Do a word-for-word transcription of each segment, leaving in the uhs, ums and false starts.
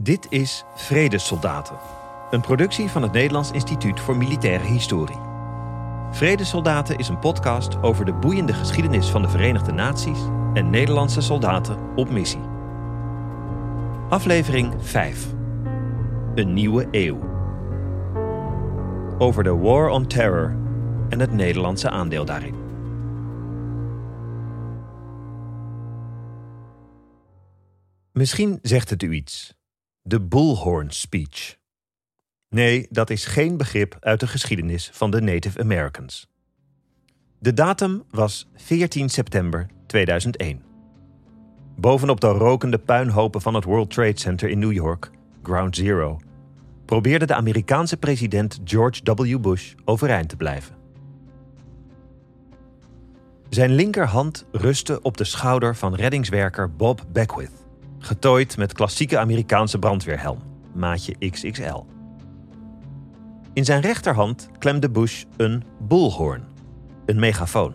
Dit is Vredessoldaten, een productie van het Nederlands Instituut voor Militaire Historie. Vredessoldaten is een podcast over de boeiende geschiedenis van de Verenigde Naties en Nederlandse soldaten op missie. Aflevering vijf. Een nieuwe eeuw. Over de War on Terror en het Nederlandse aandeel daarin. Misschien zegt het u iets. De Bullhorn Speech. Nee, dat is geen begrip uit de geschiedenis van de Native Americans. De datum was veertien september tweeduizend één. Bovenop de rokende puinhopen van het World Trade Center in New York, Ground Zero, probeerde de Amerikaanse president George W. Bush overeind te blijven. Zijn linkerhand rustte op de schouder van reddingswerker Bob Beckwith, getooid met klassieke Amerikaanse brandweerhelm, maatje X X L. In zijn rechterhand klemde Bush een bullhorn, een megafoon.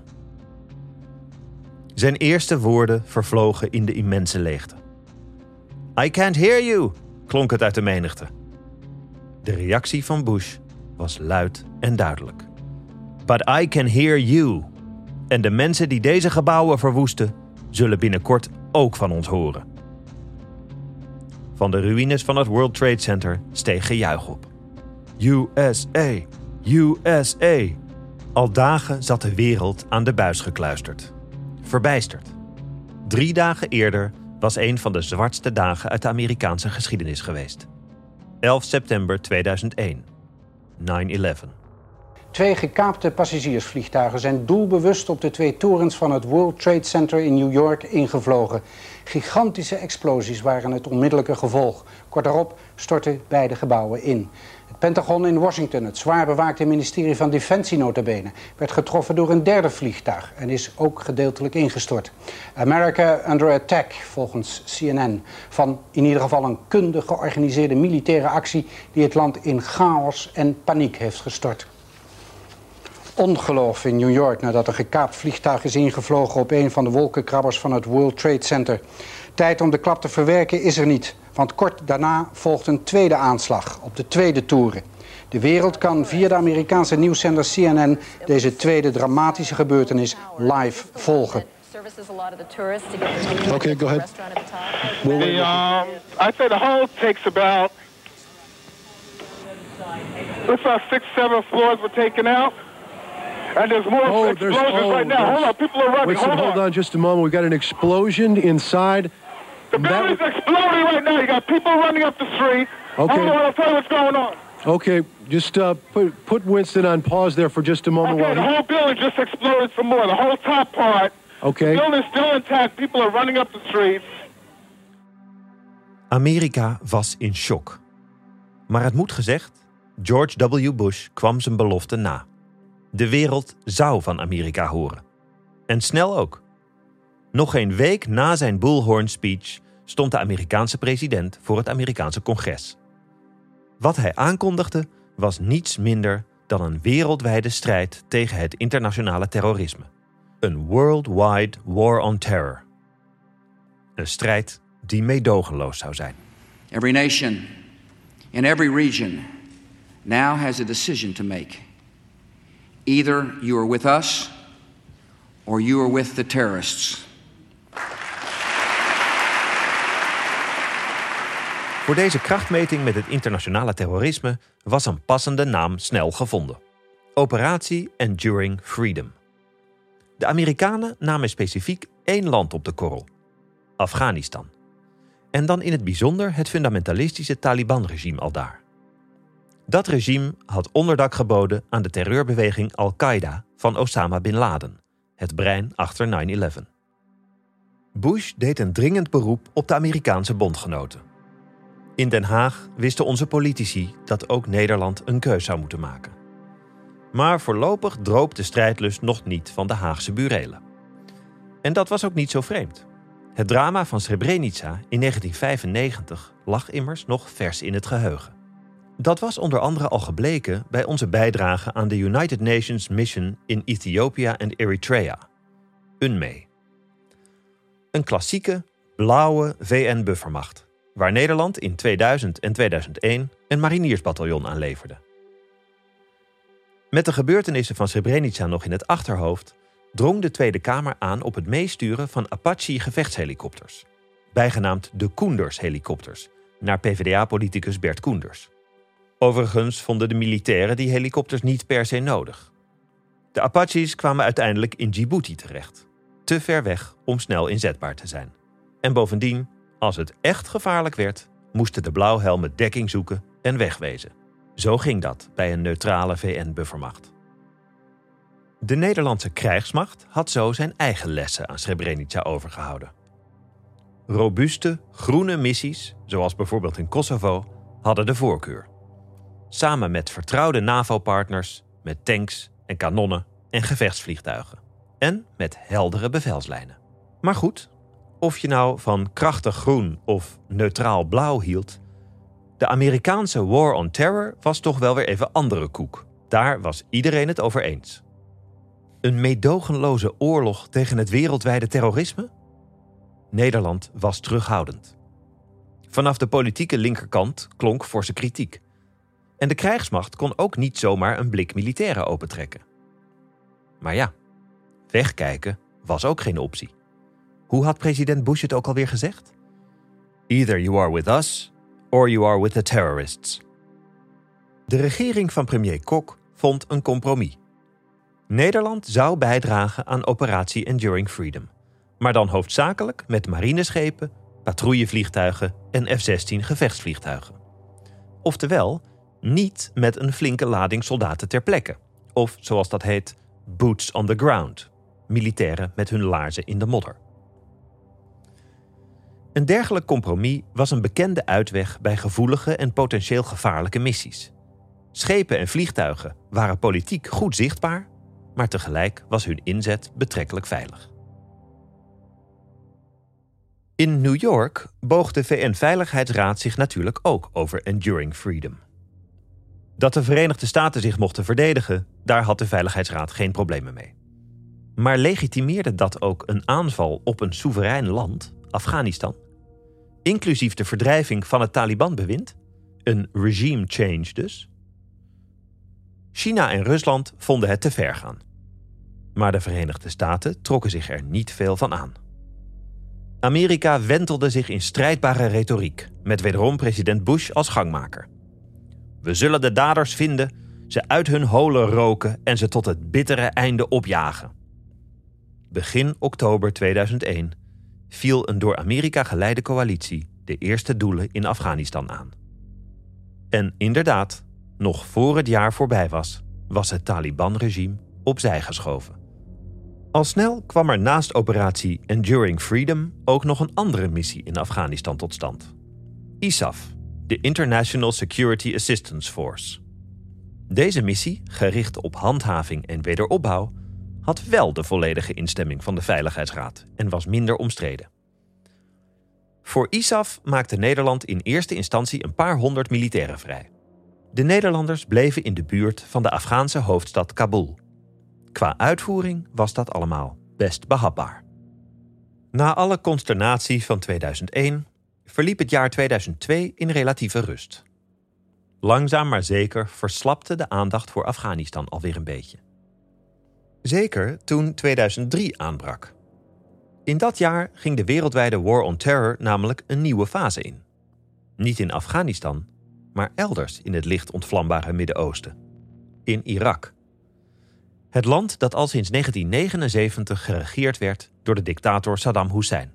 Zijn eerste woorden vervlogen in de immense leegte. "I can't hear you," klonk het uit de menigte. De reactie van Bush was luid en duidelijk. "But I can hear you. En de mensen die deze gebouwen verwoesten, zullen binnenkort ook van ons horen." Van de ruïnes van het World Trade Center steeg gejuich op. U S A, U S A. Al dagen zat de wereld aan de buis gekluisterd. Verbijsterd. Drie dagen eerder was een van de zwartste dagen uit de Amerikaanse geschiedenis geweest. elf september tweeduizend één. nine eleven. Twee gekaapte passagiersvliegtuigen zijn doelbewust op de twee torens van het World Trade Center in New York ingevlogen. Gigantische explosies waren het onmiddellijke gevolg. Kort daarop stortten beide gebouwen in. Het Pentagon in Washington, het zwaar bewaakte ministerie van Defensie nota bene, werd getroffen door een derde vliegtuig en is ook gedeeltelijk ingestort. America under attack, volgens C N N, van in ieder geval een kundig georganiseerde militaire actie die het land in chaos en paniek heeft gestort. Ongeloof in New York nadat een gekaapt vliegtuig is ingevlogen op een van de wolkenkrabbers van het World Trade Center. Tijd om de klap te verwerken is er niet, want kort daarna volgt een tweede aanslag op de tweede toren. De wereld kan via de Amerikaanse nieuwszender C N N deze tweede dramatische gebeurtenis live volgen. Okay, go ahead. The, um, I'd say the whole takes about, looks like six, seven floors were taken out. And there's more oh, explosions there's, oh, right now. Hold on, people are running. Listen, hold, hold on. on just a moment. We got an explosion inside. The building's that... exploding right now. You got people running up the street. Okay. Hold on, I'll tell you what's going on. Okay, just uh, put, put Winston on pause there for just a moment. Okay, while the he... whole building just exploded some more. The whole top part. Okay. The building's still intact. People are running up the streets. Amerika was in shock. Maar het moet gezegd, George W. Bush kwam zijn belofte na. De wereld zou van Amerika horen. En snel ook. Nog geen week na zijn Bullhorn Speech stond de Amerikaanse president voor het Amerikaanse congres. Wat hij aankondigde was niets minder dan een wereldwijde strijd tegen het internationale terrorisme. Een worldwide war on terror. Een strijd die meedogenloos zou zijn. Every nation in every region now has a decision to make. Either you are with us or you are with the terrorists. Voor deze krachtmeting met het internationale terrorisme was een passende naam snel gevonden. Operatie Enduring Freedom. De Amerikanen namen specifiek één land op de korrel: Afghanistan. En dan in het bijzonder het fundamentalistische Taliban-regime aldaar. Dat regime had onderdak geboden aan de terreurbeweging Al-Qaeda van Osama Bin Laden, het brein achter nine eleven. Bush deed een dringend beroep op de Amerikaanse bondgenoten. In Den Haag wisten onze politici dat ook Nederland een keus zou moeten maken. Maar voorlopig droop de strijdlust nog niet van de Haagse burelen. En dat was ook niet zo vreemd. Het drama van Srebrenica in negentien vijfennegentig lag immers nog vers in het geheugen. Dat was onder andere al gebleken bij onze bijdrage aan de United Nations Mission in Ethiopië en Eritrea, U N M E. Een klassieke, blauwe V N-buffermacht, waar Nederland in tweeduizend en tweeduizend één een mariniersbataljon aan leverde. Met de gebeurtenissen van Srebrenica nog in het achterhoofd drong de Tweede Kamer aan op het meesturen van Apache-gevechtshelikopters, bijgenaamd de Koenders-helikopters, naar P v d A-politicus Bert Koenders. Overigens vonden de militairen die helikopters niet per se nodig. De Apaches kwamen uiteindelijk in Djibouti terecht, te ver weg om snel inzetbaar te zijn. En bovendien, als het echt gevaarlijk werd, moesten de blauwhelmen dekking zoeken en wegwezen. Zo ging dat bij een neutrale V N-buffermacht. De Nederlandse krijgsmacht had zo zijn eigen lessen aan Srebrenica overgehouden. Robuuste, groene missies, zoals bijvoorbeeld in Kosovo, hadden de voorkeur. Samen met vertrouwde NAVO-partners, met tanks en kanonnen en gevechtsvliegtuigen. En met heldere bevelslijnen. Maar goed, of je nou van krachtig groen of neutraal blauw hield, de Amerikaanse War on Terror was toch wel weer even andere koek. Daar was iedereen het over eens. Een meedogenloze oorlog tegen het wereldwijde terrorisme? Nederland was terughoudend. Vanaf de politieke linkerkant klonk forse kritiek. En de krijgsmacht kon ook niet zomaar een blik militairen opentrekken. Maar ja, wegkijken was ook geen optie. Hoe had president Bush het ook alweer gezegd? Either you are with us, or you are with the terrorists. De regering van premier Kok vond een compromis. Nederland zou bijdragen aan operatie Enduring Freedom, maar dan hoofdzakelijk met marineschepen, patrouillevliegtuigen en F zestien gevechtsvliegtuigen. Oftewel, niet met een flinke lading soldaten ter plekke, of zoals dat heet, boots on the ground, militairen met hun laarzen in de modder. Een dergelijk compromis was een bekende uitweg bij gevoelige en potentieel gevaarlijke missies. Schepen en vliegtuigen waren politiek goed zichtbaar, maar tegelijk was hun inzet betrekkelijk veilig. In New York boog de V N-veiligheidsraad zich natuurlijk ook over Enduring Freedom. Dat de Verenigde Staten zich mochten verdedigen, daar had de Veiligheidsraad geen problemen mee. Maar legitimeerde dat ook een aanval op een soeverein land, Afghanistan? Inclusief de verdrijving van het Taliban-bewind? Een regime change dus? China en Rusland vonden het te ver gaan. Maar de Verenigde Staten trokken zich er niet veel van aan. Amerika wentelde zich in strijdbare retoriek, met wederom president Bush als gangmaker. We zullen de daders vinden, ze uit hun holen roken en ze tot het bittere einde opjagen. Begin oktober tweeduizend één viel een door Amerika geleide coalitie de eerste doelen in Afghanistan aan. En inderdaad, nog voor het jaar voorbij was, was het Taliban-regime opzij geschoven. Al snel kwam er naast operatie Enduring Freedom ook nog een andere missie in Afghanistan tot stand. I S A F, de International Security Assistance Force. Deze missie, gericht op handhaving en wederopbouw, had wel de volledige instemming van de Veiligheidsraad en was minder omstreden. Voor I S A F maakte Nederland in eerste instantie een paar honderd militairen vrij. De Nederlanders bleven in de buurt van de Afghaanse hoofdstad Kabul. Qua uitvoering was dat allemaal best behapbaar. Na alle consternatie van tweeduizend één verliep het jaar tweeduizend twee in relatieve rust. Langzaam maar zeker verslapte de aandacht voor Afghanistan alweer een beetje. Zeker toen tweeduizend drie aanbrak. In dat jaar ging de wereldwijde War on Terror namelijk een nieuwe fase in. Niet in Afghanistan, maar elders in het licht ontvlambare Midden-Oosten. In Irak. Het land dat al sinds negentien negenenzeventig geregeerd werd door de dictator Saddam Hussein.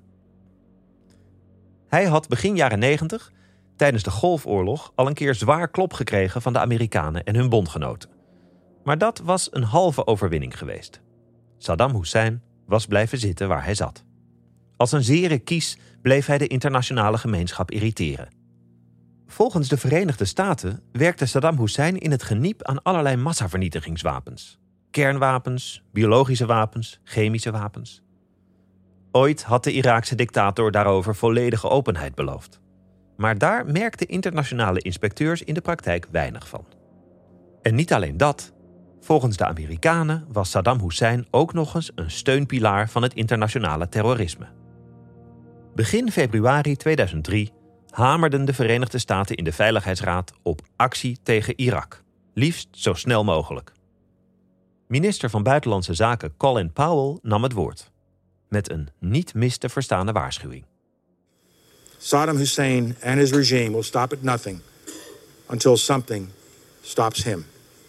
Hij had begin jaren negentig, tijdens de Golfoorlog, al een keer zwaar klop gekregen van de Amerikanen en hun bondgenoten. Maar dat was een halve overwinning geweest. Saddam Hussein was blijven zitten waar hij zat. Als een zere kies bleef hij de internationale gemeenschap irriteren. Volgens de Verenigde Staten werkte Saddam Hussein in het geniep aan allerlei massavernietigingswapens. Kernwapens, biologische wapens, chemische wapens. Ooit had de Iraakse dictator daarover volledige openheid beloofd. Maar daar merkten internationale inspecteurs in de praktijk weinig van. En niet alleen dat. Volgens de Amerikanen was Saddam Hussein ook nog eens een steunpilaar van het internationale terrorisme. Begin februari tweeduizend drie hamerden de Verenigde Staten in de Veiligheidsraad op actie tegen Irak. Liefst zo snel mogelijk. Minister van Buitenlandse Zaken Colin Powell nam het woord. Met een niet mis te verstaande waarschuwing. Saddam Hussein and his regime will stop at nothing until something stops him.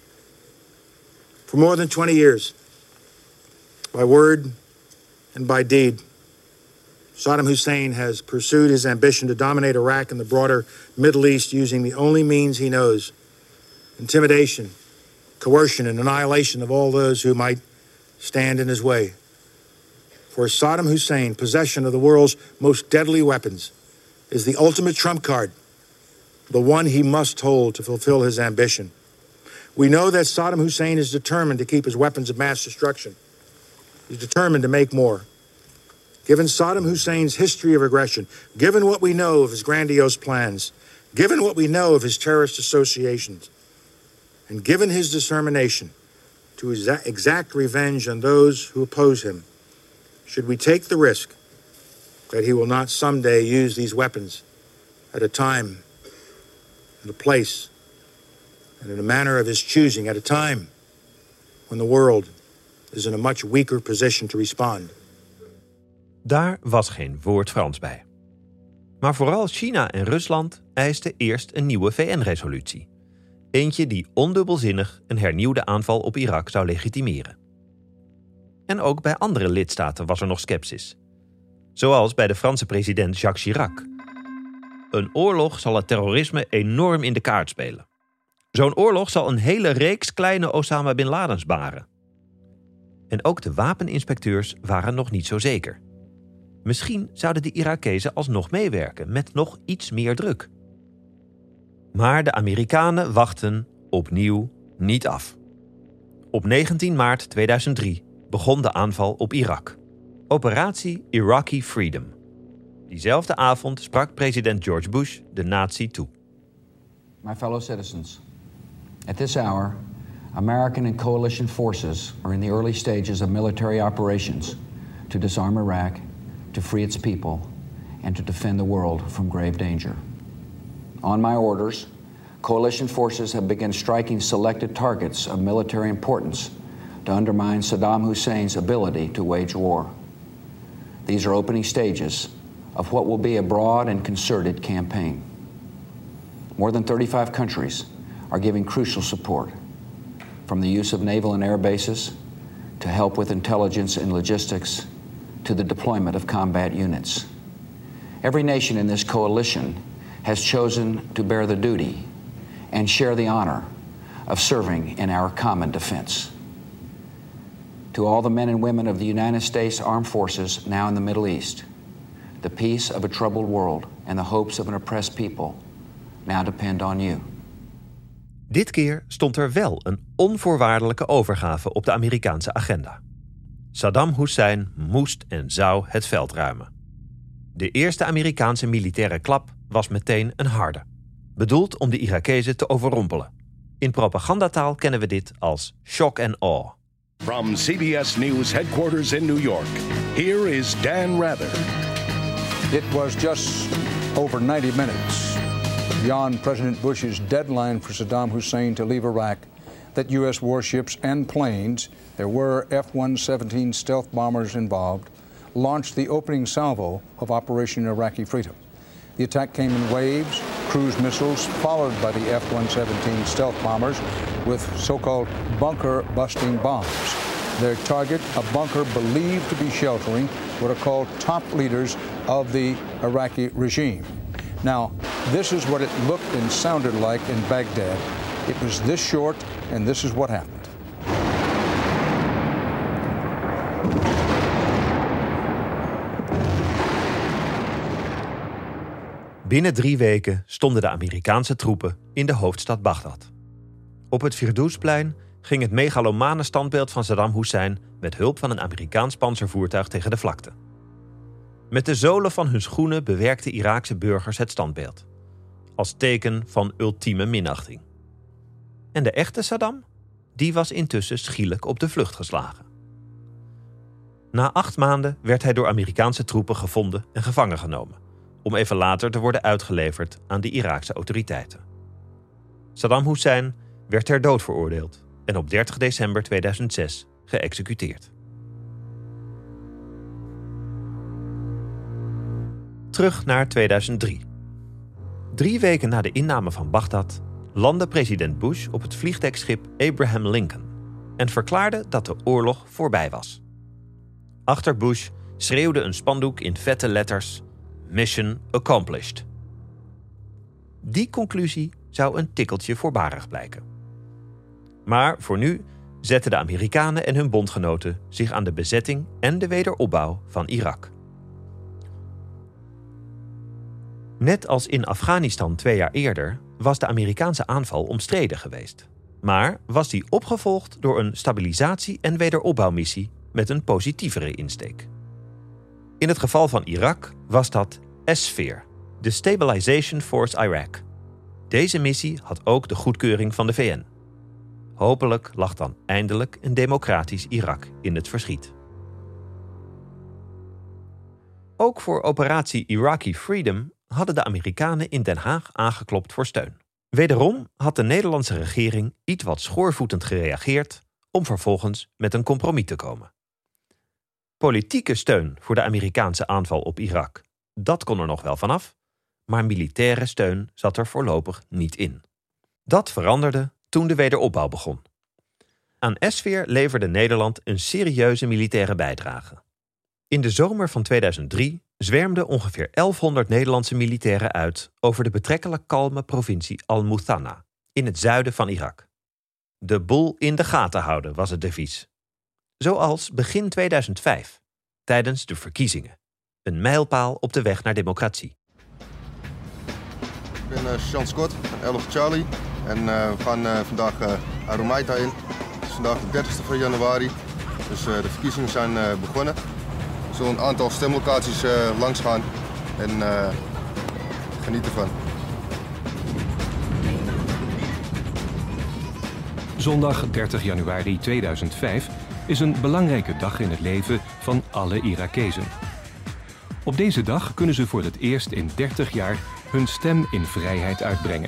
For more than twenty years, by word and by deed, Saddam Hussein has pursued his ambition to dominate Iraq and the broader Middle East using the only means he knows: intimidation, coercion, and annihilation of all those who might stand in his way. For Saddam Hussein, possession of the world's most deadly weapons is the ultimate trump card, the one he must hold to fulfill his ambition. We know that Saddam Hussein is determined to keep his weapons of mass destruction. He's determined to make more. Given Saddam Hussein's history of aggression, given what we know of his grandiose plans, given what we know of his terrorist associations, and given his determination to exa- exact revenge on those who oppose him, should we take the risk that he will not someday use these weapons at a time and a place and in a manner of his choosing, at a time when the world is in a much weaker position to respond? Daar was geen woord Frans bij. Maar vooral China en Rusland eisten eerst een nieuwe V N-resolutie. Eentje die ondubbelzinnig een hernieuwde aanval op Irak zou legitimeren. En ook bij andere lidstaten was er nog scepsis. Zoals bij de Franse president Jacques Chirac. Een oorlog zal het terrorisme enorm in de kaart spelen. Zo'n oorlog zal een hele reeks kleine Osama Bin Ladens baren. En ook de wapeninspecteurs waren nog niet zo zeker. Misschien zouden de Irakezen alsnog meewerken met nog iets meer druk. Maar de Amerikanen wachten opnieuw niet af. Op negentien maart tweeduizend drie begon de aanval op Irak. Operatie Iraqi Freedom. Diezelfde avond sprak president George Bush de natie toe. My fellow citizens, at this hour, American and coalition forces are in the early stages of military operations to disarm Iraq, to free its people, and to defend the world from grave danger. On my orders, coalition forces have begun striking selected targets of military importance to undermine Saddam Hussein's ability to wage war. These are opening stages of what will be a broad and concerted campaign. More than thirty-five countries are giving crucial support, from the use of naval and air bases to help with intelligence and logistics to the deployment of combat units. Every nation in this coalition has chosen to bear the duty and share the honor of serving in our common defense. To all the men and women of the United States Armed Forces now in the Middle East, the peace of a troubled world and the hopes of an oppressed people now depend on you. Dit keer stond er wel een onvoorwaardelijke overgave op de Amerikaanse agenda. Saddam Hussein moest en zou het veld ruimen. De eerste Amerikaanse militaire klap was meteen een harde. Bedoeld om de Irakezen te overrompelen. In propagandataal kennen we dit als shock and awe. From C B S News headquarters in New York, here is Dan Rather. It was just over ninety minutes beyond President Bush's deadline for Saddam Hussein to leave Iraq that U S warships and planes, there were F one seventeen stealth bombers involved, launched the opening salvo of Operation Iraqi Freedom. The attack came in waves, cruise missiles, followed by the F one seventeen stealth bombers with so-called bunker-busting bombs. Their target, a bunker believed to be sheltering what are called top leaders of the Iraqi regime. Now, this is what it looked and sounded like in Baghdad. It was this short, and this is what happened. Binnen drie weken stonden de Amerikaanse troepen in de hoofdstad Bagdad. Op het Firdousplein ging het megalomane standbeeld van Saddam Hussein met hulp van een Amerikaans pantservoertuig tegen de vlakte. Met de zolen van hun schoenen bewerkten Iraakse burgers het standbeeld. Als teken van ultieme minachting. En de echte Saddam? Die was intussen schielijk op de vlucht geslagen. Na acht maanden werd hij door Amerikaanse troepen gevonden en gevangen genomen. om even later te worden uitgeleverd aan de Iraakse autoriteiten. Saddam Hussein werd ter dood veroordeeld en op dertig december tweeduizend zes geëxecuteerd. Terug naar tweeduizend drie. Drie weken na de inname van Bagdad landde president Bush op het vliegdekschip Abraham Lincoln en verklaarde dat de oorlog voorbij was. Achter Bush schreeuwde een spandoek in vette letters: Mission accomplished. Die conclusie zou een tikkeltje voorbarig blijken. Maar voor nu zetten de Amerikanen en hun bondgenoten zich aan de bezetting en de wederopbouw van Irak. Net als in Afghanistan twee jaar eerder was de Amerikaanse aanval omstreden geweest. Maar was die opgevolgd door een stabilisatie- en wederopbouwmissie met een positievere insteek. In het geval van Irak was dat S F I R, de Stabilization Force Iraq. Deze missie had ook de goedkeuring van de V N. Hopelijk lag dan eindelijk een democratisch Irak in het verschiet. Ook voor operatie Iraqi Freedom hadden de Amerikanen in Den Haag aangeklopt voor steun. Wederom had de Nederlandse regering iets wat schoorvoetend gereageerd om vervolgens met een compromis te komen. Politieke steun voor de Amerikaanse aanval op Irak, dat kon er nog wel vanaf, maar militaire steun zat er voorlopig niet in. Dat veranderde toen de wederopbouw begon. Aan S F I R leverde Nederland een serieuze militaire bijdrage. In de zomer van tweeduizend drie zwermden ongeveer elfhonderd Nederlandse militairen uit over de betrekkelijk kalme provincie Al-Muthanna in het zuiden van Irak. De boel in de gaten houden was het devies. Zoals begin tweeduizend vijf, tijdens de verkiezingen. Een mijlpaal op de weg naar democratie. Ik ben uh, Sean Scott van elf Charlie en uh, we gaan uh, vandaag uh, Arumaita in. Het is vandaag de dertigste van januari, dus uh, de verkiezingen zijn uh, begonnen. We zullen een aantal stemlocaties uh, langs gaan en uh, geniet ervan. Zondag dertig januari tweeduizend vijf is een belangrijke dag in het leven van alle Irakezen. Op deze dag kunnen ze voor het eerst in dertig jaar hun stem in vrijheid uitbrengen.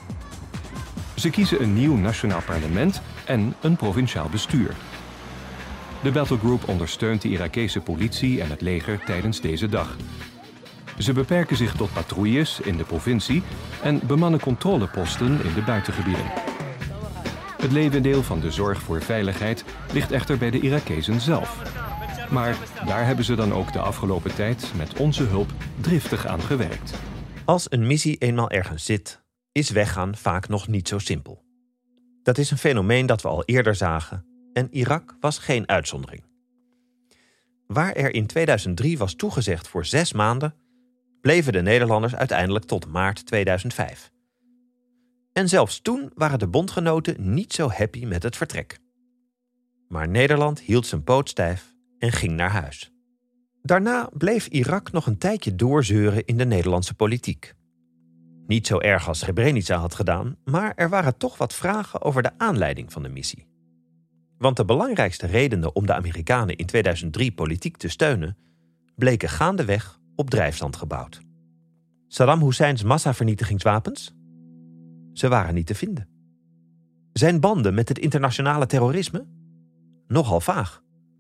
Ze kiezen een nieuw nationaal parlement en een provinciaal bestuur. De Battlegroup ondersteunt de Irakese politie en het leger tijdens deze dag. Ze beperken zich tot patrouilles in de provincie en bemannen controleposten in de buitengebieden. Het levendeel van de zorg voor veiligheid ligt echter bij de Irakezen zelf. Maar daar hebben ze dan ook de afgelopen tijd met onze hulp driftig aan gewerkt. Als een missie eenmaal ergens zit, is weggaan vaak nog niet zo simpel. Dat is een fenomeen dat we al eerder zagen en Irak was geen uitzondering. Waar er in tweeduizend drie was toegezegd voor zes maanden, bleven de Nederlanders uiteindelijk tot maart tweeduizend vijf. En zelfs toen waren de bondgenoten niet zo happy met het vertrek. Maar Nederland hield zijn poot stijf en ging naar huis. Daarna bleef Irak nog een tijdje doorzeuren in de Nederlandse politiek. Niet zo erg als Srebrenica had gedaan, maar er waren toch wat vragen over de aanleiding van de missie. Want de belangrijkste redenen om de Amerikanen in tweeduizend drie politiek te steunen bleken gaandeweg op drijfstand gebouwd. Saddam Husseins massavernietigingswapens? Ze waren niet te vinden. Zijn banden met het internationale terrorisme? Nogal vaag.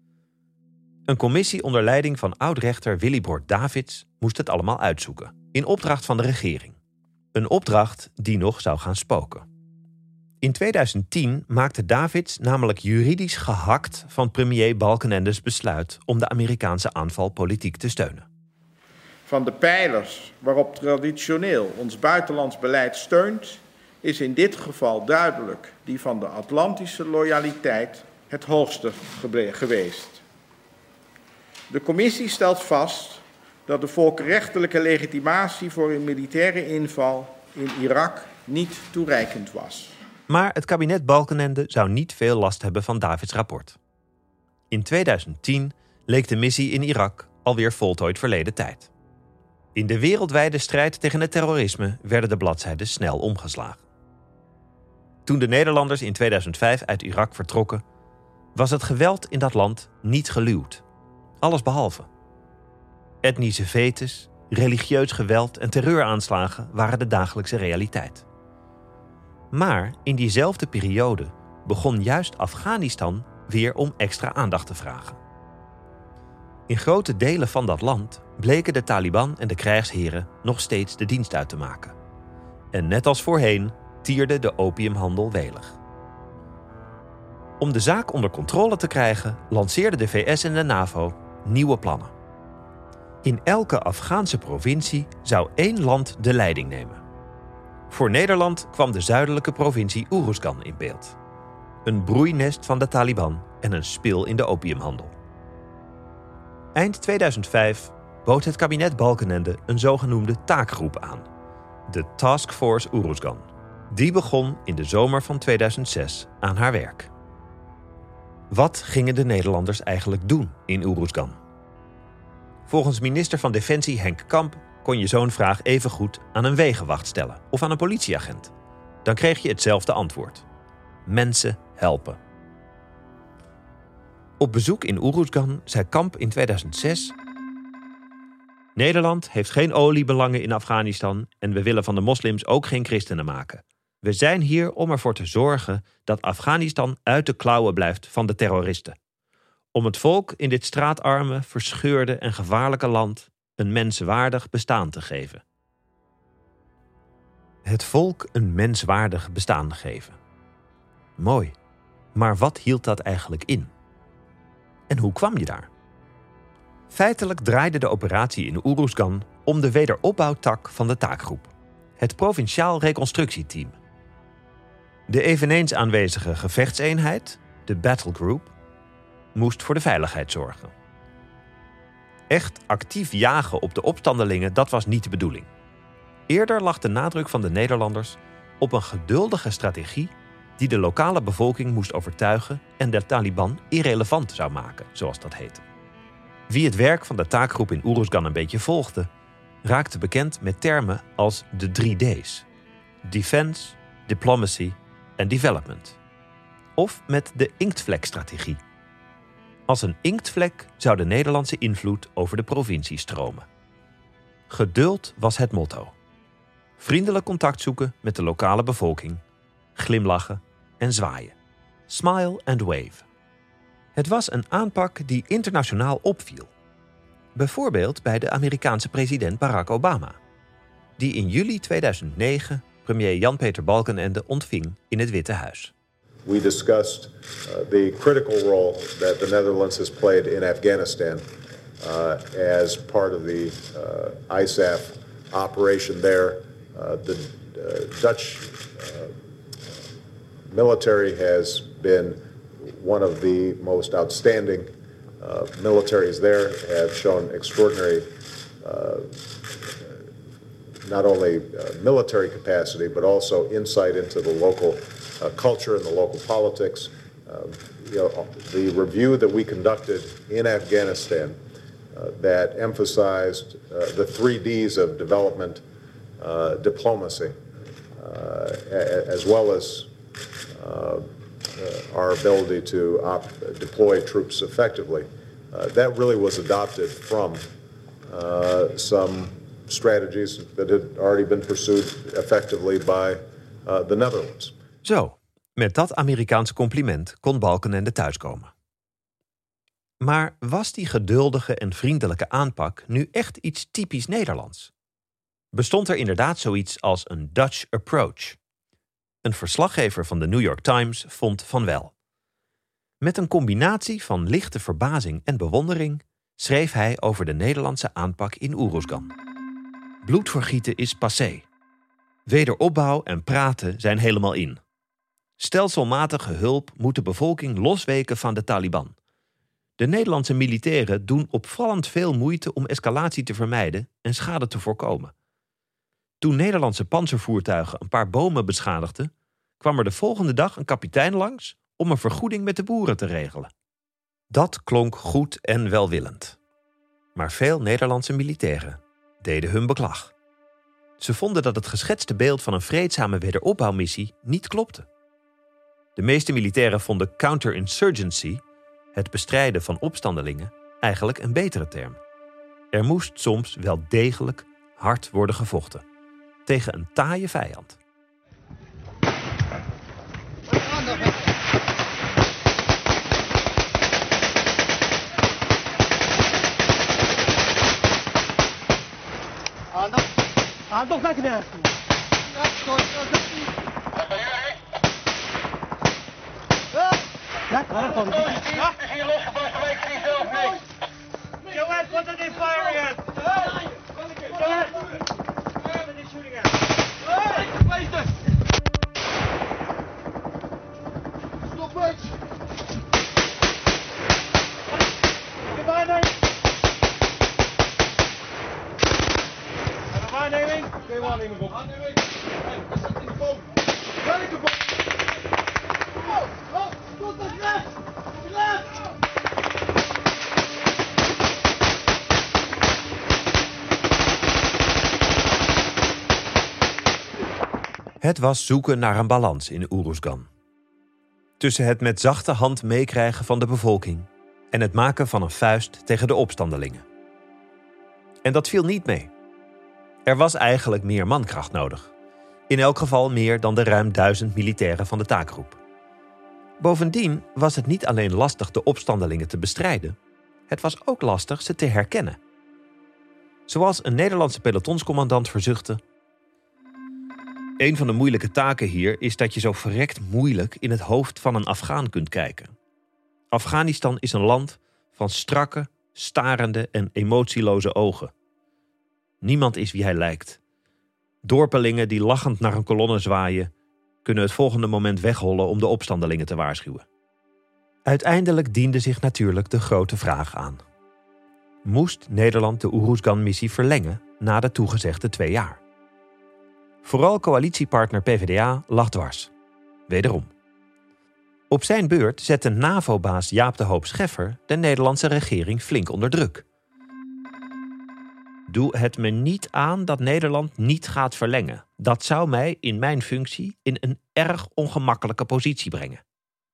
Een commissie onder leiding van oud-rechter Willybord Davids moest het allemaal uitzoeken, in opdracht van de regering. Een opdracht die nog zou gaan spoken. In tweeduizend tien maakte Davids namelijk juridisch gehakt van premier Balkenende's besluit om de Amerikaanse aanval politiek te steunen. Van de pijlers waarop traditioneel ons buitenlands beleid steunt, is in dit geval duidelijk die van de Atlantische loyaliteit het hoogste geweest. De commissie stelt vast dat de volkenrechtelijke legitimatie voor een militaire inval in Irak niet toereikend was. Maar het kabinet Balkenende zou niet veel last hebben van Davids rapport. In tweeduizend tien leek de missie in Irak alweer voltooid verleden tijd. In de wereldwijde strijd tegen het terrorisme werden de bladzijden snel omgeslagen. Toen de Nederlanders in tweeduizend vijf uit Irak vertrokken, was het geweld in dat land niet geluwd. Alles behalve. Etnische vetes, religieus geweld en terreuraanslagen waren de dagelijkse realiteit. Maar in diezelfde periode begon juist Afghanistan weer om extra aandacht te vragen. In grote delen van dat land bleken de Taliban en de krijgsheren nog steeds de dienst uit te maken. En net als voorheen tierde de opiumhandel welig. Om de zaak onder controle te krijgen, lanceerden de V S en de NAVO nieuwe plannen. In elke Afghaanse provincie zou één land de leiding nemen. Voor Nederland kwam de zuidelijke provincie Uruzgan in beeld. Een broeinest van de Taliban en een spil in de opiumhandel. Eind tweeduizend vijf bood het kabinet Balkenende een zogenoemde taakgroep aan. De Task Force Uruzgan. Die begon in de zomer van tweeduizend zes aan haar werk. Wat gingen de Nederlanders eigenlijk doen in Uruzgan? Volgens minister van Defensie Henk Kamp kon je zo'n vraag evengoed aan een wegenwacht stellen of aan een politieagent. Dan kreeg je hetzelfde antwoord. Mensen helpen. Op bezoek in Uruzgan zei Kamp in tweeduizend zes... Nederland heeft geen oliebelangen in Afghanistan en we willen van de moslims ook geen christenen maken. We zijn hier om ervoor te zorgen dat Afghanistan uit de klauwen blijft van de terroristen. Om het volk in dit straatarme, verscheurde en gevaarlijke land een menswaardig bestaan te geven. Het volk een menswaardig bestaan geven. Mooi, maar wat hield dat eigenlijk in? En hoe kwam je daar? Feitelijk draaide de operatie in Uruzgan om de wederopbouwtak van de taakgroep. Het Provinciaal Reconstructieteam. De eveneens aanwezige gevechtseenheid, de Battle Group, moest voor de veiligheid zorgen. Echt actief jagen op de opstandelingen, dat was niet de bedoeling. Eerder lag de nadruk van de Nederlanders op een geduldige strategie die de lokale bevolking moest overtuigen en de Taliban irrelevant zou maken, zoals dat heette. Wie het werk van de taakgroep in Uruzgan een beetje volgde, raakte bekend met termen als de drie D's. Defense, Diplomacy en Development. Of met de inktvlekstrategie. Als een inktvlek zou de Nederlandse invloed over de provincie stromen. Geduld was het motto. Vriendelijk contact zoeken met de lokale bevolking, glimlachen en zwaaien. Smile and wave. Het was een aanpak die internationaal opviel. Bijvoorbeeld bij de Amerikaanse president Barack Obama, die in juli tweeduizend negen premier Jan-Peter Balkenende ontving in het Witte Huis. We discussed uh, the critical role that the Netherlands has played in Afghanistan uh, as part of the uh, I S A F operation there. Uh, the uh, Dutch uh, military has been one of the most outstanding uh, militaries there, have shown extraordinary uh, not only uh, military capacity, but also insight into the local uh, culture and the local politics. Uh, you know, the review that we conducted in Afghanistan uh, that emphasized uh, the three D's of development, uh, diplomacy, uh, as well as uh, uh, our ability to op deploy troops effectively. Uh, that really was adopted from uh, some strategies that had already been pursued effectively by uh, the Netherlands. Zo, met dat Amerikaans compliment kon Balkenende thuiskomen. Maar was die geduldige en vriendelijke aanpak nu echt iets typisch Nederlands? Bestond er inderdaad zoiets als een Dutch approach? Een verslaggever van de New York Times vond van wel. Met een combinatie van lichte verbazing en bewondering schreef hij over de Nederlandse aanpak in Uruzgan. Bloedvergieten is passé. Wederopbouw en praten zijn helemaal in. Stelselmatige hulp moet de bevolking losweken van de Taliban. De Nederlandse militairen doen opvallend veel moeite om escalatie te vermijden en schade te voorkomen. Toen Nederlandse pantservoertuigen een paar bomen beschadigden, kwam er de volgende dag een kapitein langs om een vergoeding met de boeren te regelen. Dat klonk goed en welwillend. Maar veel Nederlandse militairen deden hun beklag. Ze vonden dat het geschetste beeld van een vreedzame wederopbouwmissie niet klopte. De meeste militairen vonden counterinsurgency, het bestrijden van opstandelingen, eigenlijk een betere term. Er moest soms wel degelijk hard worden gevochten. Tegen een taaie vijand. What are they firing at? Where are they shooting at? Stop it! Give waarneming! Hebben we waarneming? Geen waarneming op. Waarneming! We zitten in de boom. Welke boom? Oh, oh, tot het left! Left! Het was zoeken naar een balans in Uruzgan. Tussen het met zachte hand meekrijgen van de bevolking en het maken van een vuist tegen de opstandelingen. En dat viel niet mee. Er was eigenlijk meer mankracht nodig. In elk geval meer dan de ruim duizend militairen van de taakgroep. Bovendien was het niet alleen lastig de opstandelingen te bestrijden, het was ook lastig ze te herkennen. Zoals een Nederlandse pelotonscommandant verzuchtte: een van de moeilijke taken hier is dat je zo verrekt moeilijk in het hoofd van een Afghaan kunt kijken. Afghanistan is een land van strakke, starende en emotieloze ogen. Niemand is wie hij lijkt. Dorpelingen die lachend naar een kolonne zwaaien, kunnen het volgende moment weghollen om de opstandelingen te waarschuwen. Uiteindelijk diende zich natuurlijk de grote vraag aan. Moest Nederland de Uruzgan-missie verlengen na de toegezegde twee jaar? Vooral coalitiepartner P v d A lag dwars. Wederom. Op zijn beurt zette NAVO-baas Jaap de Hoop Scheffer de Nederlandse regering flink onder druk. Doe het me niet aan dat Nederland niet gaat verlengen. Dat zou mij in mijn functie in een erg ongemakkelijke positie brengen.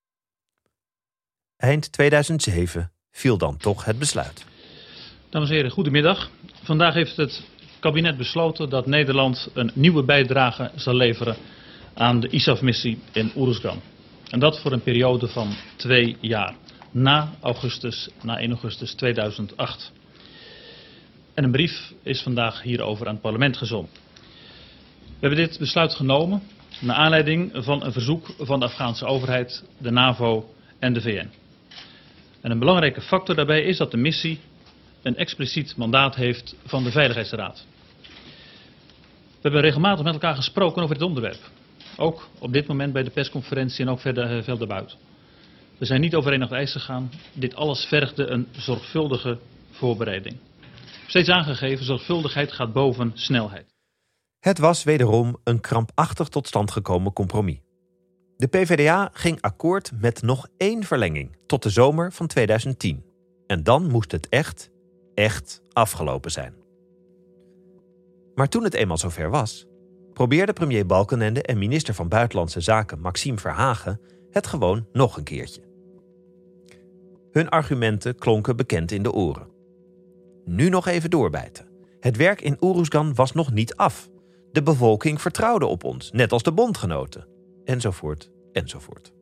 Eind tweeduizend zeven viel dan toch het besluit. Dames en heren, goedemiddag. Vandaag heeft het kabinet besloten dat Nederland een nieuwe bijdrage zal leveren aan de I S A F-missie in Uruzgan. En dat voor een periode van twee jaar, na augustus, na één augustus tweeduizend acht. En een brief is vandaag hierover aan het parlement gezonden. We hebben dit besluit genomen naar aanleiding van een verzoek van de Afghaanse overheid, de NAVO en de V N. En een belangrijke factor daarbij is dat de missie een expliciet mandaat heeft van de Veiligheidsraad. We hebben regelmatig met elkaar gesproken over dit onderwerp. Ook op dit moment bij de persconferentie en ook verder, verder buiten. We zijn niet overeen over ijs gegaan. Dit alles vergde een zorgvuldige voorbereiding. Steeds aangegeven, zorgvuldigheid gaat boven snelheid. Het was wederom een krampachtig tot stand gekomen compromis. De P v d A ging akkoord met nog één verlenging tot de zomer van tweeduizend tien. En dan moest het echt, echt afgelopen zijn. Maar toen het eenmaal zover was, probeerde premier Balkenende en minister van Buitenlandse Zaken Maxime Verhagen het gewoon nog een keertje. Hun argumenten klonken bekend in de oren. Nu nog even doorbijten. Het werk in Uruzgan was nog niet af. De bevolking vertrouwde op ons, net als de bondgenoten. Enzovoort, enzovoort.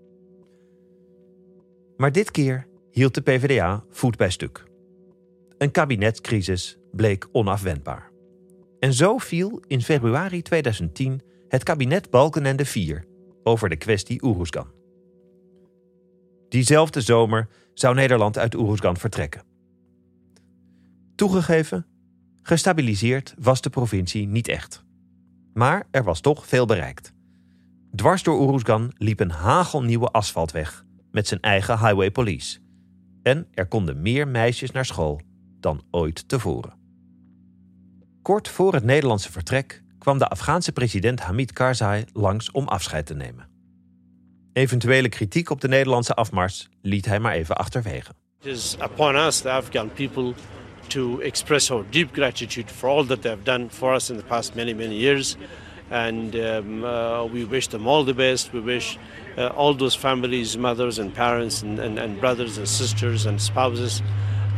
Maar dit keer hield de P v d A voet bij stuk. Een kabinetscrisis bleek onafwendbaar. En zo viel in februari tweeduizend tien het kabinet Balkenende vier over de kwestie Uruzgan. Diezelfde zomer zou Nederland uit Uruzgan vertrekken. Toegegeven, gestabiliseerd was de provincie niet echt. Maar er was toch veel bereikt. Dwars door Uruzgan liep een hagelnieuwe asfaltweg met zijn eigen highway police. En er konden meer meisjes naar school dan ooit tevoren. Kort voor het Nederlandse vertrek kwam de Afghaanse president Hamid Karzai langs om afscheid te nemen. Eventuele kritiek op de Nederlandse afmars liet hij maar even achterwege. It is upon us, the Afghan people, to express our deep gratitude for all that they have done for us in the past many, many years. And um, uh, we wish them all the best. We wish uh, all those families, mothers and parents and, and, and brothers and sisters and spouses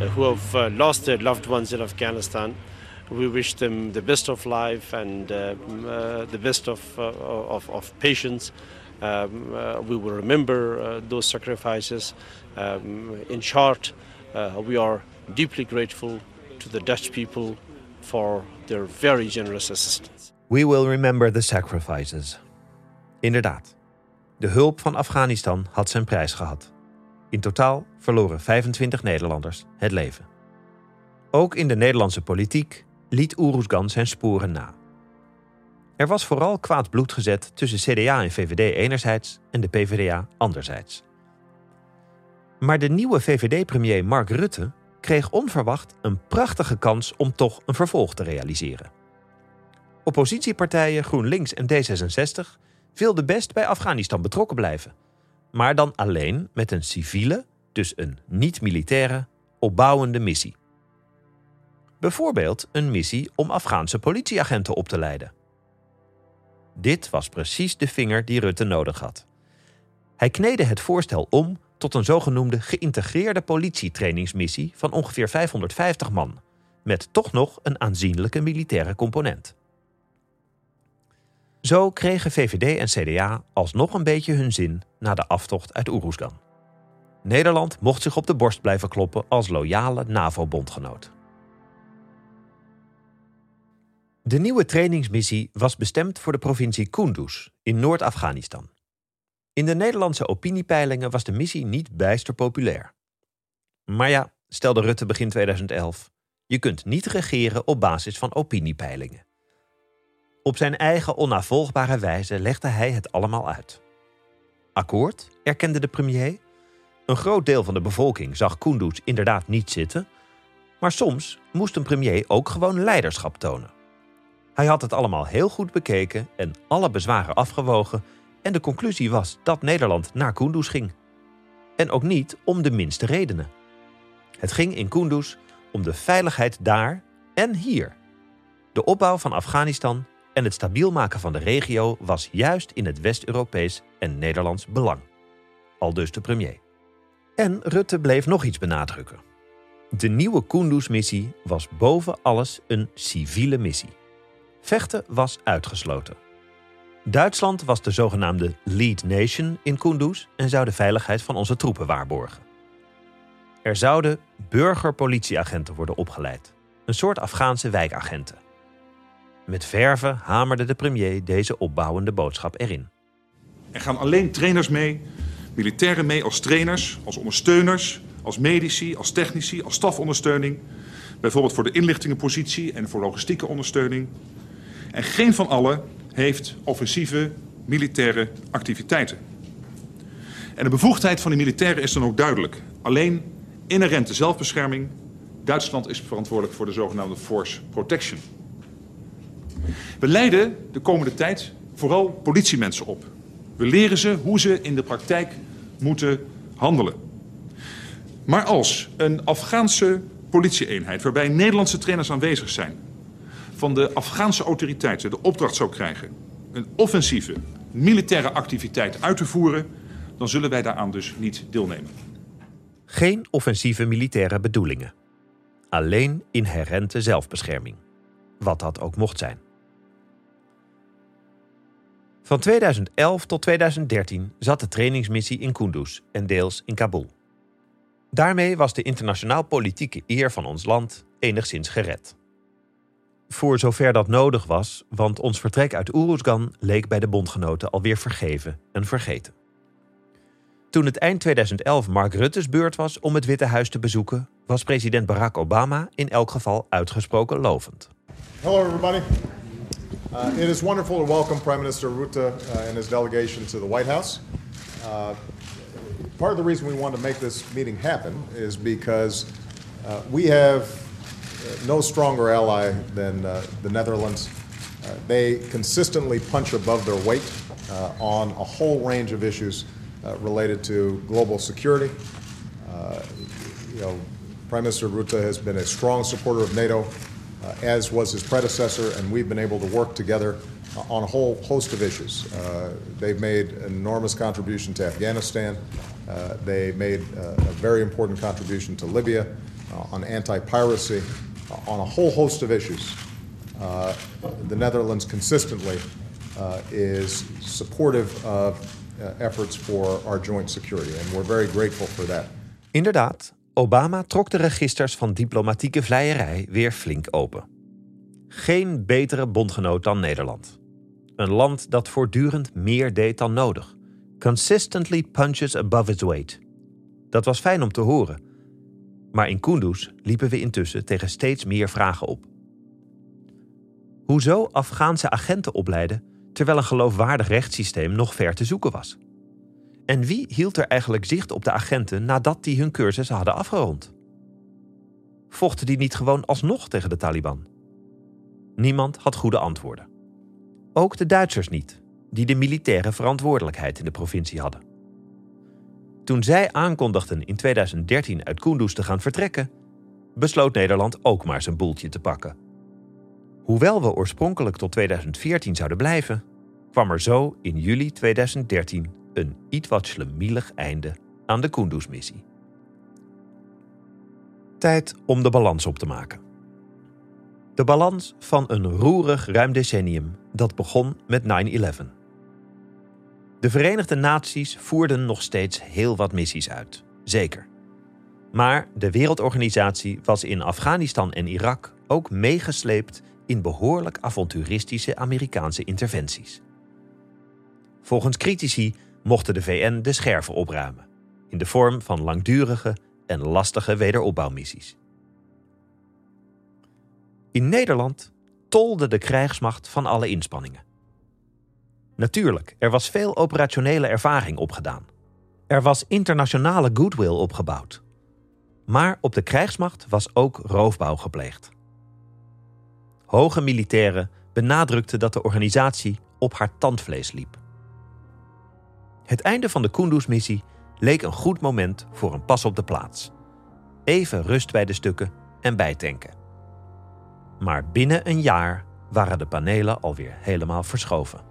who have uh, lost their loved ones in Afghanistan. We wish them the best of life and uh, uh, the best of, uh, of, of patience. Um, uh, we will remember uh, those sacrifices. Um, in short, uh, we are deeply grateful to the Dutch people for their very generous assistance. We will remember the sacrifices. Inderdaad, de hulp van Afghanistan had zijn prijs gehad. In totaal verloren vijfentwintig Nederlanders het leven. Ook in de Nederlandse politiek liet Uruzgan zijn sporen na. Er was vooral kwaad bloed gezet tussen C D A en V V D enerzijds en de P V D A anderzijds. Maar de nieuwe V V D-premier Mark Rutte kreeg onverwacht een prachtige kans om toch een vervolg te realiseren. Oppositiepartijen GroenLinks en D zesenzestig wilden best bij Afghanistan betrokken blijven, maar dan alleen met een civiele, dus een niet-militaire, opbouwende missie. Bijvoorbeeld een missie om Afghaanse politieagenten op te leiden. Dit was precies de vinger die Rutte nodig had. Hij kneedde het voorstel om tot een zogenoemde geïntegreerde politietrainingsmissie van ongeveer vijfhonderdvijftig man, met toch nog een aanzienlijke militaire component. Zo kregen V V D en C D A alsnog een beetje hun zin na de aftocht uit Uruzgan. Nederland mocht zich op de borst blijven kloppen als loyale NAVO-bondgenoot. De nieuwe trainingsmissie was bestemd voor de provincie Kunduz in Noord-Afghanistan. In de Nederlandse opiniepeilingen was de missie niet bijster populair. Maar ja, stelde Rutte begin tweeduizend elf, je kunt niet regeren op basis van opiniepeilingen. Op zijn eigen onnavolgbare wijze legde hij het allemaal uit. Akkoord, erkende de premier. Een groot deel van de bevolking zag Kunduz inderdaad niet zitten, maar soms moest een premier ook gewoon leiderschap tonen. Hij had het allemaal heel goed bekeken en alle bezwaren afgewogen en de conclusie was dat Nederland naar Kunduz ging. En ook niet om de minste redenen. Het ging in Kunduz om de veiligheid daar en hier. De opbouw van Afghanistan en het stabiel maken van de regio was juist in het West-Europees en Nederlands belang. Aldus de premier. En Rutte bleef nog iets benadrukken. De nieuwe Kunduz-missie was boven alles een civiele missie. Vechten was uitgesloten. Duitsland was de zogenaamde lead nation in Kunduz en zou de veiligheid van onze troepen waarborgen. Er zouden burgerpolitieagenten worden opgeleid, een soort Afghaanse wijkagenten. Met verve hamerde de premier deze opbouwende boodschap erin. Er gaan alleen trainers mee, militairen mee als trainers, als ondersteuners, als medici, als technici, als stafondersteuning. Bijvoorbeeld voor de inlichtingenpositie en voor logistieke ondersteuning. En geen van allen heeft offensieve militaire activiteiten. En de bevoegdheid van de militairen is dan ook duidelijk. Alleen inherente zelfbescherming. Duitsland is verantwoordelijk voor de zogenaamde force protection. We leiden de komende tijd vooral politiemensen op. We leren ze hoe ze in de praktijk moeten handelen. Maar als een Afghaanse politieeenheid, waarbij Nederlandse trainers aanwezig zijn, van de Afghaanse autoriteiten de opdracht zou krijgen een offensieve militaire activiteit uit te voeren, dan zullen wij daaraan dus niet deelnemen. Geen offensieve militaire bedoelingen. Alleen inherente zelfbescherming. Wat dat ook mocht zijn. Van tweeduizend elf tot tweeduizend dertien zat de trainingsmissie in Kunduz en deels in Kabul. Daarmee was de internationaal politieke eer van ons land enigszins gered. Voor zover dat nodig was, want ons vertrek uit Uruzgan leek bij de bondgenoten alweer vergeven en vergeten. Toen het eind tweeduizend elf Mark Rutte's beurt was om het Witte Huis te bezoeken, was president Barack Obama in elk geval uitgesproken lovend. Hello everybody. Uh, it is wonderful to welcome Prime Minister Rutte uh, and his delegation to the White House. Uh, part of the reason we want to make this meeting happen is because uh, we have no stronger ally than uh, the Netherlands. Uh, they consistently punch above their weight uh, on a whole range of issues uh, related to global security. Uh, you know, Prime Minister Rutte has been a strong supporter of NATO, uh, as was his predecessor, and we've been able to work together uh, on a whole host of issues. Uh, they've made an enormous contribution to Afghanistan. Uh, they made uh, a very important contribution to Libya. uh, on anti-piracy, uh, on a whole host of issues. Uh, the Netherlands consistently uh, is supportive of uh, efforts for our joint security, and we're very grateful for that. Inderdaad, Obama trok de registers van diplomatieke vleierij weer flink open. Geen betere bondgenoot dan Nederland. Een land dat voortdurend meer deed dan nodig. Consistently punches above its weight. Dat was fijn om te horen. Maar in Kunduz liepen we intussen tegen steeds meer vragen op. Hoezo Afghaanse agenten opleiden terwijl een geloofwaardig rechtssysteem nog ver te zoeken was? En wie hield er eigenlijk zicht op de agenten nadat die hun cursus hadden afgerond? Vochten die niet gewoon alsnog tegen de Taliban? Niemand had goede antwoorden. Ook de Duitsers niet, die de militaire verantwoordelijkheid in de provincie hadden. Toen zij aankondigden in tweeduizend dertien uit Kunduz te gaan vertrekken, besloot Nederland ook maar zijn boeltje te pakken. Hoewel we oorspronkelijk tot tweeduizend veertien zouden blijven, kwam er zo in juli tweeduizend dertien een iets wat slemielig einde aan de Kunduz-missie. Tijd om de balans op te maken. De balans van een roerig ruim decennium dat begon met nine eleven. De Verenigde Naties voerden nog steeds heel wat missies uit, zeker. Maar de wereldorganisatie was in Afghanistan en Irak ook meegesleept in behoorlijk avonturistische Amerikaanse interventies. Volgens critici mochten de V N de scherven opruimen, in de vorm van langdurige en lastige wederopbouwmissies. In Nederland tolde de krijgsmacht van alle inspanningen. Natuurlijk, er was veel operationele ervaring opgedaan. Er was internationale goodwill opgebouwd. Maar op de krijgsmacht was ook roofbouw gepleegd. Hoge militairen benadrukten dat de organisatie op haar tandvlees liep. Het einde van de Kunduz-missie leek een goed moment voor een pas op de plaats. Even rust bij de stukken en bijtanken. Maar binnen een jaar waren de panelen alweer helemaal verschoven.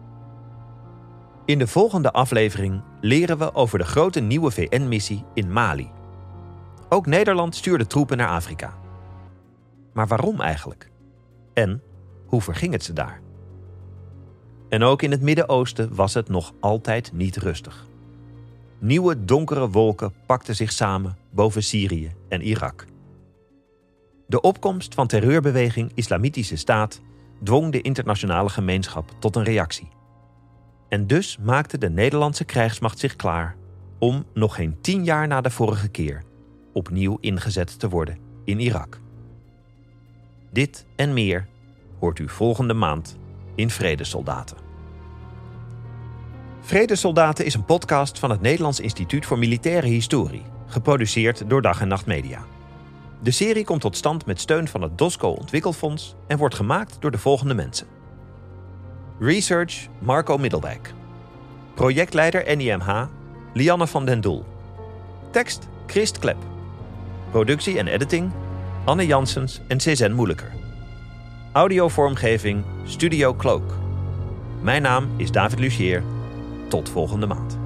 In de volgende aflevering leren we over de grote nieuwe V N-missie in Mali. Ook Nederland stuurde troepen naar Afrika. Maar waarom eigenlijk? En hoe verging het ze daar? En ook in het Midden-Oosten was het nog altijd niet rustig. Nieuwe donkere wolken pakten zich samen boven Syrië en Irak. De opkomst van terreurbeweging Islamitische Staat dwong de internationale gemeenschap tot een reactie. En dus maakte de Nederlandse krijgsmacht zich klaar om nog geen tien jaar na de vorige keer opnieuw ingezet te worden in Irak. Dit en meer hoort u volgende maand in Vredesoldaten. Vredesoldaten is een podcast van het Nederlands Instituut voor Militaire Historie, geproduceerd door Dag en Nacht Media. De serie komt tot stand met steun van het DOSCO Ontwikkelfonds en wordt gemaakt door de volgende mensen. Research Marco Middelwijk. Projectleider N I M H Lianne van den Doel. Tekst Christ Klep. Productie en editing Anne Janssens en Cézanne Moeilijker. Audiovormgeving Studio Cloak. Mijn naam is David Lucier. Tot volgende maand.